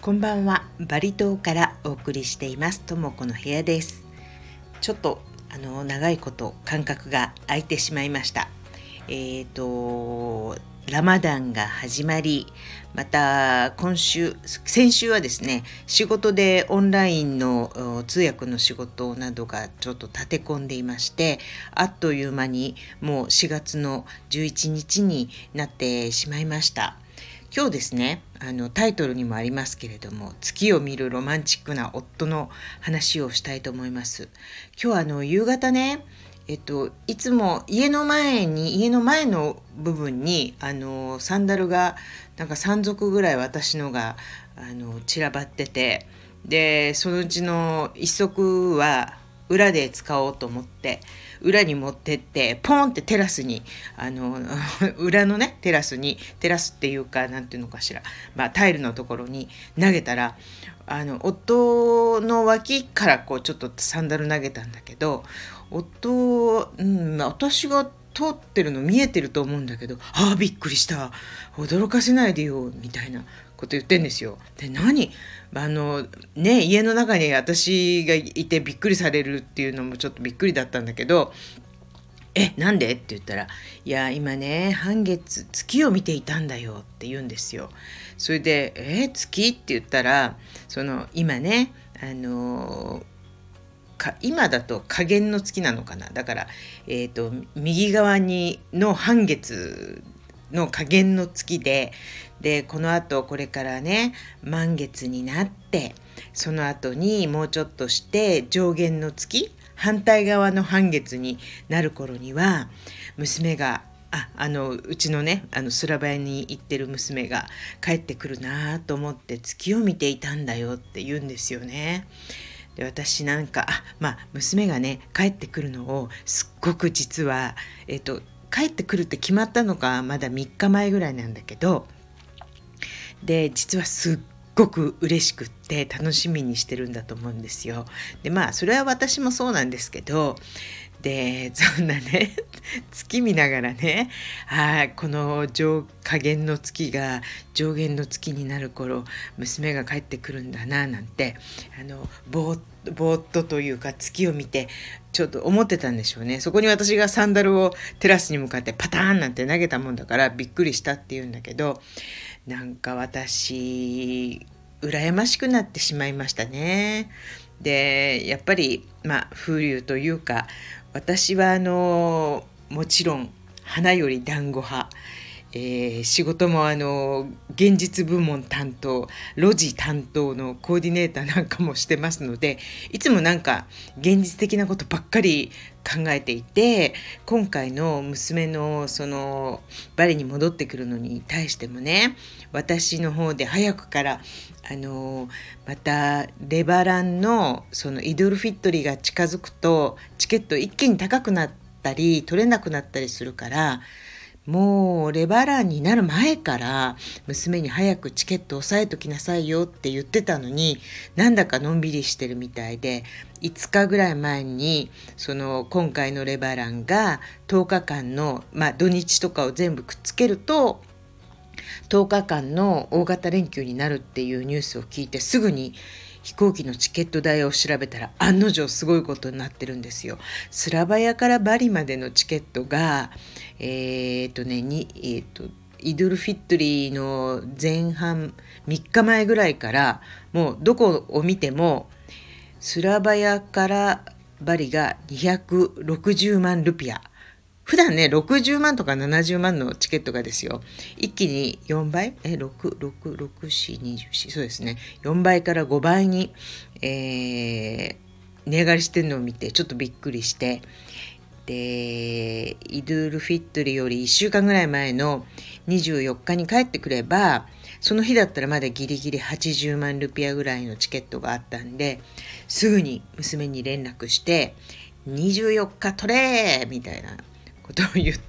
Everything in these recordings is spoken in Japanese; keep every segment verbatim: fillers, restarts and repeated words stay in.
こんばんは。バリ島からお送りしていますともこの部屋です。ちょっとあの長いこと間隔が空いてしまいました。えーとラマダンが始まり、また今週先週はですね、仕事でオンラインの通訳の仕事などがちょっと立て込んでいまして、あっという間にもうしがつのじゅういちにちになってしまいました。今日ですね、あのタイトルにもありますけれども、月を見るロマンチックな夫の話をしたいと思います。今日はあの夕方ね、えっと、いつも家の前に家の前の部分にあのサンダルがなんかさん足ぐらい私のがあの散らばってて、でそのうちのいっ足は裏で使おうと思って裏に持ってってポンってテラスにあの裏のねテラスにテラスっていうかなんていうのかしら、まあ、タイルのところに投げたら、あの夫の脇からこうちょっとサンダル投げたんだけど、夫、うん、私が通ってるの見えてると思うんだけど、ああびっくりした、驚かせないでよみたいなこと言ってんですよ。で、何あのね家の中に私がいてびっくりされるっていうのもちょっとびっくりだったんだけど、えなんでって言ったら、いや今ね半月月を見ていたんだよって言うんですよ。それでえ月って言ったら、その今ねあのか今だと下限の月なのかな、だから、えーと、右側にの半月の下限の月で、でこのあとこれからね満月になって、その後にもうちょっとして上限の月、反対側の半月になる頃には娘がああのうちのねあのスラバヤに行ってる娘が帰ってくるなと思って月を見ていたんだよって言うんですよね。で私なんかあ、まあ、娘がね帰ってくるのをすっごく実は、えっと、帰ってくるって決まったのがまだみっかまえぐらいなんだけど、で実はすっごく嬉しくって楽しみにしてるんだと思うんですよ。でまあそれは私もそうなんですけど、でそんなね月見ながらね、あこの上下限の月が上限の月になる頃娘が帰ってくるんだななんて、あのぼーっとぼーっとというか月を見てちょっと思ってたんでしょうね。そこに私がサンダルをテラスに向かってパターンなんて投げたもんだからびっくりしたっていうんだけど、なんか私羨ましくなってしまいましたね。でやっぱりまあ風流というか、私はあのもちろん花より団子派、えー仕事もあの現実部門担当、路地担当のコーディネーターなんかもしてますので、いつもなんか現実的なことばっかり考えていて、今回の娘のそのバリに戻ってくるのに対してもね、私の方で早くからあのまたレバランのそのイドゥルフィットリーが近づくとチケット一気に高くなったり取れなくなったりするから、もうレバランになる前から娘に早くチケット押さえときなさいよって言ってたのに、なんだかのんびりしてるみたいで、いつかぐらい前にその今回のレバランがとおかかんの、まあ、土日とかを全部くっつけるととおかかんの大型連休になるっていうニュースを聞いて、すぐに飛行機のチケット代を調べたら案の定すごいことになってるんですよ。スラバヤからバリまでのチケットがえー、っとねに、えー、っとイドゥルフィットリーの前半みっかまえぐらいからもうどこを見てもスラバヤからバリがにひゃくろくじゅうまんルピア、普段ねろくじゅうまんとかななじゅうまんのチケットがですよ、一気によんばいえろく、ろく、ろく、よん、にじゅうよん、そうですね、よんばいからごばいに、えー、値上がりしてるのを見てちょっとびっくりして、でイドゥールフィットリよりいっしゅうかんぐらい前のにじゅうよっかに帰ってくれば、その日だったらまだギリギリはちじゅうまんルピアぐらいのチケットがあったんで、すぐに娘に連絡してにじゅうよっか取れみたいなことを言って、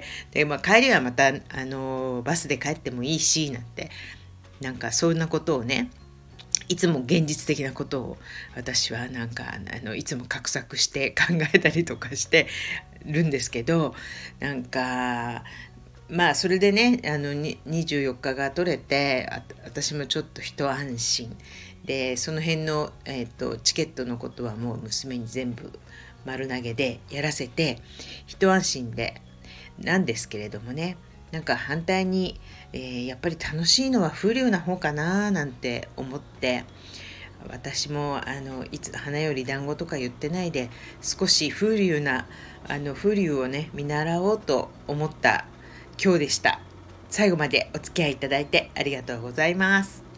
で、まあ、帰りはまたあのバスで帰ってもいいしなんて、なんかそんなことをね、いつも現実的なことを私はなんかあのいつも画策して考えたりとかしてるんですけど、なんかまあそれでね、あのににじゅうよっかが取れて、あ私もちょっと一安心で、その辺の、えーとチケットのことはもう娘に全部丸投げでやらせて一安心でなんですけれどもね、なんか反対に、えーやっぱり楽しいのは風流な方かななんて思って、私もあのいつ花より団子とか言ってないで、少し風流なあの風流をね見習おうと思った今日でした。最後までお付き合いいただいてありがとうございます。